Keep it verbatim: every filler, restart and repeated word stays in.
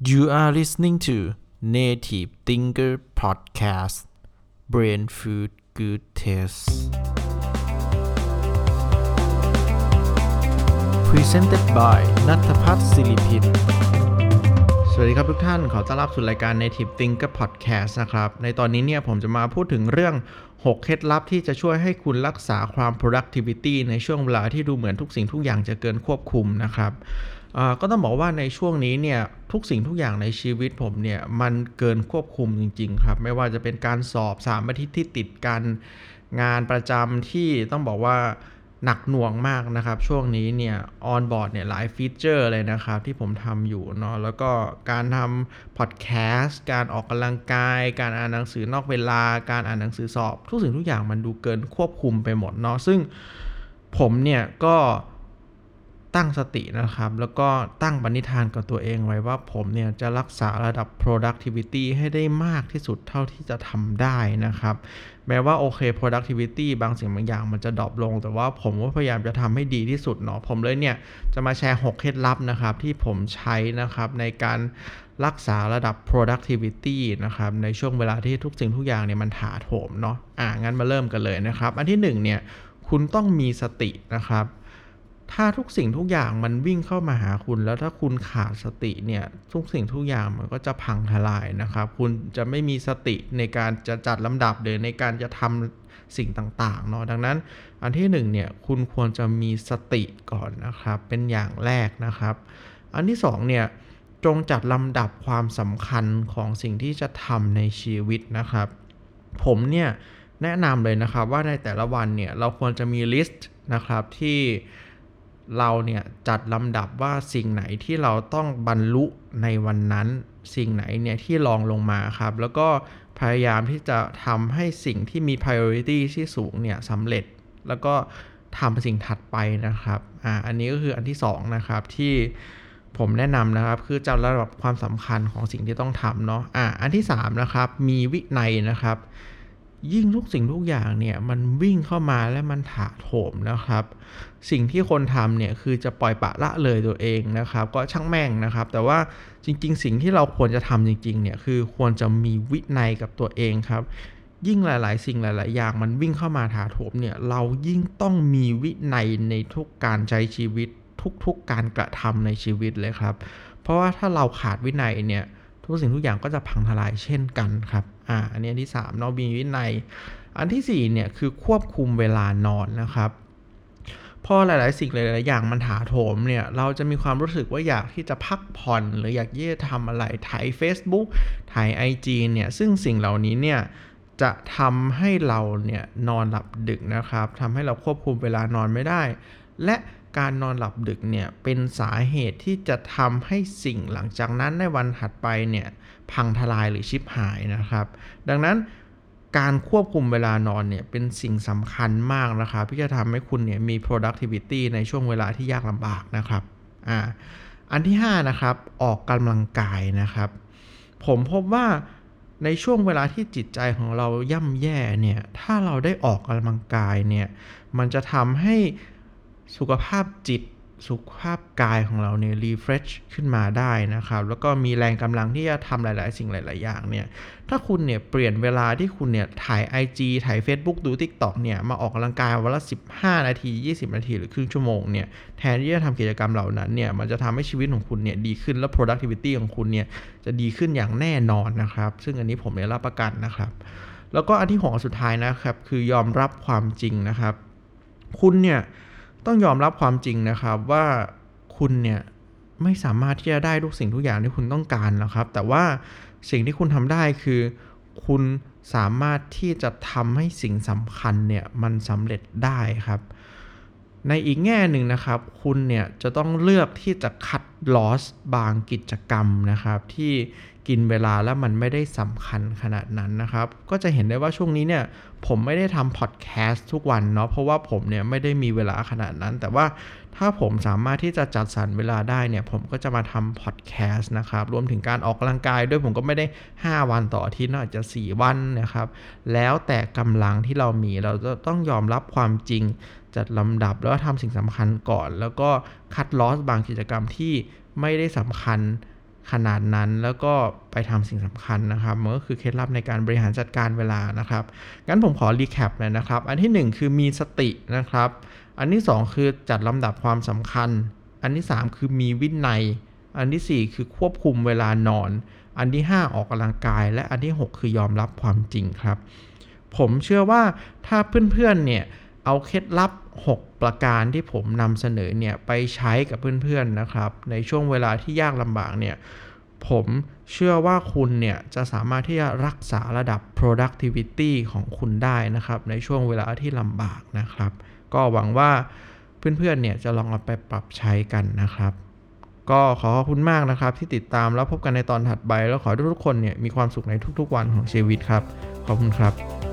You are listening to Native Thinker Podcast Brain Food Good Taste Presented by ณัฐพัฒน์ ศิริพินสวัสดีครับทุกท่านขอต้อนรับสู่รายการ Native Thinker Podcast นะครับในตอนนี้เนี่ยผมจะมาพูดถึงเรื่องหกเคล็ดลับที่จะช่วยให้คุณรักษาความ productivity ในช่วงเวลาที่ดูเหมือนทุกสิ่งทุกอย่างจะเกินควบคุมนะครับก็ต้องบอกว่าในช่วงนี้เนี่ยทุกสิ่งทุกอย่างในชีวิตผมเนี่ยมันเกินควบคุมจริงๆครับไม่ว่าจะเป็นการสอบสามอาทิตย์ที่ติดกันงานประจำที่ต้องบอกว่าหนักหน่วงมากนะครับช่วงนี้เนี่ยออนบอร์ดเนี่ยหลายฟีเจอร์เลยนะครับที่ผมทำอยู่เนาะแล้วก็การทำพอดแคสต์การออกกำลังกายการอ่านหนังสือนอกเวลาการอ่านหนังสือสอบทุกสิ่งทุกอย่างมันดูเกินควบคุมไปหมดเนาะซึ่งผมเนี่ยก็ตั้งสตินะครับแล้วก็ตั้งปณิธานกับตัวเองไว้ว่าผมเนี่ยจะรักษาระดับ productivity ให้ได้มากที่สุดเท่าที่จะทำได้นะครับแม้ว่าโอเค productivity บางสิ่งบางอย่างมันจะดรอปลงแต่ว่าผมก็พยายามจะทำให้ดีที่สุดเนาะผมเลยเนี่ยจะมาแชร์หกเคล็ดลับนะครับที่ผมใช้นะครับในการรักษาระดับ productivity นะครับในช่วงเวลาที่ทุกสิ่งทุกอย่างเนี่ยมันถาโถมเนาะอ่ะงั้นมาเริ่มกันเลยนะครับอันที่หนึ่งเนี่ยคุณต้องมีสตินะครับถ้าทุกสิ่งทุกอย่างมันวิ่งเข้ามาหาคุณแล้วถ้าคุณขาดสติเนี่ยทุกสิ่งทุกอย่างมันก็จะพังทลายนะครับคุณจะไม่มีสติในการจะจัดลำดับหรือในการจะทำสิ่งต่างๆเนาะดังนั้นอันที่หนึ่งเนี่ยคุณควรจะมีสติก่อนนะครับเป็นอย่างแรกนะครับอันที่สองเนี่ยจงจัดลำดับความสำคัญของสิ่งที่จะทำในชีวิตนะครับผมเนี่ยแนะนำเลยนะครับว่าในแต่ละวันเนี่ยเราควรจะมีลิสต์นะครับที่เราเนี่ยจัดลำดับว่าสิ่งไหนที่เราต้องบรรลุในวันนั้นสิ่งไหนเนี่ยที่รองลงมาครับแล้วก็พยายามที่จะทำให้สิ่งที่มี priority ที่สูงเนี่ยสำเร็จแล้วก็ทำสิ่งถัดไปนะครับอ่าอันนี้ก็คืออันที่สองนะครับที่ผมแนะนำนะครับคือจัดระดับความสำคัญของสิ่งที่ต้องทำเนาะอ่าอันที่สามนะครับมีวินัยนะครับยิ่งทุกสิ่งทุกอย่างเนี่ยมันวิ่งเข้ามาและมันถาโถมนะครับสิ่งที่คนทำเนี่ยคือจะปล่อยปละละเลยตัวเองนะครับก็ช่างแม่งนะครับแต่ว่าจริงๆสิ่งที่เราควรจะทำจริงๆเนี่ยคือควรจะมีวินัยกับตัวเองครับยิ่งหลายๆสิ่งหลายๆอย่างมันวิ่งเข้ามาถาโถมเนี่ยเรายิ่งต้องมีวินัยในทุกการใช้ชีวิตทุกๆการกระทำในชีวิตเลยครับเพราะว่าถ้าเราขาดวินัยเนี่ยทุกสิ่งทุกอย่างก็จะพังทลายเช่นกันครับอ่าอันนี้อันที่สามเรามีวินัยอันที่สี่เนี่ยคือควบคุมเวลานอนนะครับพอหลายๆสิ่งหลายๆอย่างมันถาโถมเนี่ยเราจะมีความรู้สึกว่าอยากที่จะพักผ่อนหรืออยากที่จะทำอะไรถ่าย Facebook ถ่าย ไอ จี เนี่ยซึ่งสิ่งเหล่านี้เนี่ยจะทำให้เราเนี่ยนอนหลับดึกนะครับทำให้เราควบคุมเวลานอนไม่ได้และการนอนหลับดึกเนี่ยเป็นสาเหตุที่จะทำให้สิ่งหลังจากนั้นในวันถัดไปเนี่ยพังทลายหรือชิบหายนะครับดังนั้นการควบคุมเวลานอนเนี่ยเป็นสิ่งสำคัญมากนะครับที่จะทำให้คุณเนี่ยมี productivity ในช่วงเวลาที่ยากลำบากนะครับอ่าอันที่ห้านะครับออกกำลังกายนะครับผมพบว่าในช่วงเวลาที่จิตใจของเราย่ำแย่เนี่ยถ้าเราได้ออกกำลังกายเนี่ยมันจะทำให้สุขภาพจิตสุขภาพกายของเราเนี่ยรีเฟรชขึ้นมาได้นะครับแล้วก็มีแรงกำลังที่จะทำหลายๆสิ่งหลายๆอย่างเนี่ยถ้าคุณเนี่ยเปลี่ยนเวลาที่คุณเนี่ยถ่าย ไอ จี ถ่าย Facebook ดู TikTok เนี่ยมาออกกำลังกายวันละสิบห้านาทียี่สิบนาทีหรือครึ่งชั่วโมงเนี่ยแทนที่จะทำกิจกรรมเหล่านั้นเนี่ยมันจะทำให้ชีวิตของคุณเนี่ยดีขึ้นและ productivity ของคุณเนี่ยจะดีขึ้นอย่างแน่นอนนะครับซึ่งอันนี้ผมเนี่ยรับประกันนะครับแล้วก็อันที่หกสุดท้ายนะครับคือยอมรับความจริงนะครับคุณเนี่ยต้องยอมรับความจริงนะครับว่าคุณเนี่ยไม่สามารถที่จะได้ทุกสิ่งทุกอย่างที่คุณต้องการหรอกครับแต่ว่าสิ่งที่คุณทำได้คือคุณสามารถที่จะทำให้สิ่งสำคัญเนี่ยมันสำเร็จได้ครับในอีกแง่หนึ่งนะครับคุณเนี่ยจะต้องเลือกที่จะคัดลอสบางกิจกรรมนะครับที่กินเวลาแล้วมันไม่ได้สำคัญขนาดนั้นนะครับก็จะเห็นได้ว่าช่วงนี้เนี่ยผมไม่ได้ทำพอดแคสต์ทุกวันเนาะเพราะว่าผมเนี่ยไม่ได้มีเวลาขนาดนั้นแต่ว่าถ้าผมสามารถที่จะจัดสรรเวลาได้เนี่ยผมก็จะมาทำพอดแคสต์นะครับรวมถึงการออกกำลังกายด้วยผมก็ไม่ได้ห้าวันต่ออาทิตย์อาจจะสี่วันนะครับแล้วแต่กำลังที่เรามีเราจะต้องยอมรับความจริงจัดลำดับแล้วทำสิ่งสำคัญก่อนแล้วก็คัดลอสบางกิจกรรมที่ไม่ได้สำคัญขนาดนั้นแล้วก็ไปทำสิ่งสำคัญนะครับมันก็คือเคล็ดลับในการบริหารจัดการเวลานะครับงั้นผมขอรีแคปหน่อยนะครับอันที่หนึ่งคือมีสตินะครับอันที่สองคือจัดลำดับความสำคัญอันที่สามคือมีวินัยอันที่สี่คือควบคุมเวลานอนอันที่ห้าออกกำลังกายและอันที่หกคือยอมรับความจริงครับผมเชื่อว่าถ้าเพื่อนๆเนี่ยเอาเคล็ดลับหกประการที่ผมนำเสนอเนี่ยไปใช้กับเพื่อนๆนะครับในช่วงเวลาที่ยากลำบากเนี่ยผมเชื่อว่าคุณเนี่ยจะสามารถที่จะรักษาระดับ productivity ของคุณได้นะครับในช่วงเวลาที่ลำบากนะครับก็หวังว่าเพื่อนๆเนี่ยจะลองเอาไปปรับใช้กันนะครับก็ขอขอบคุณมากนะครับที่ติดตามแล้วพบกันในตอนถัดไปแล้วขอให้ทุกๆคนเนี่ยมีความสุขในทุกๆวันของชีวิตครับขอบคุณครับ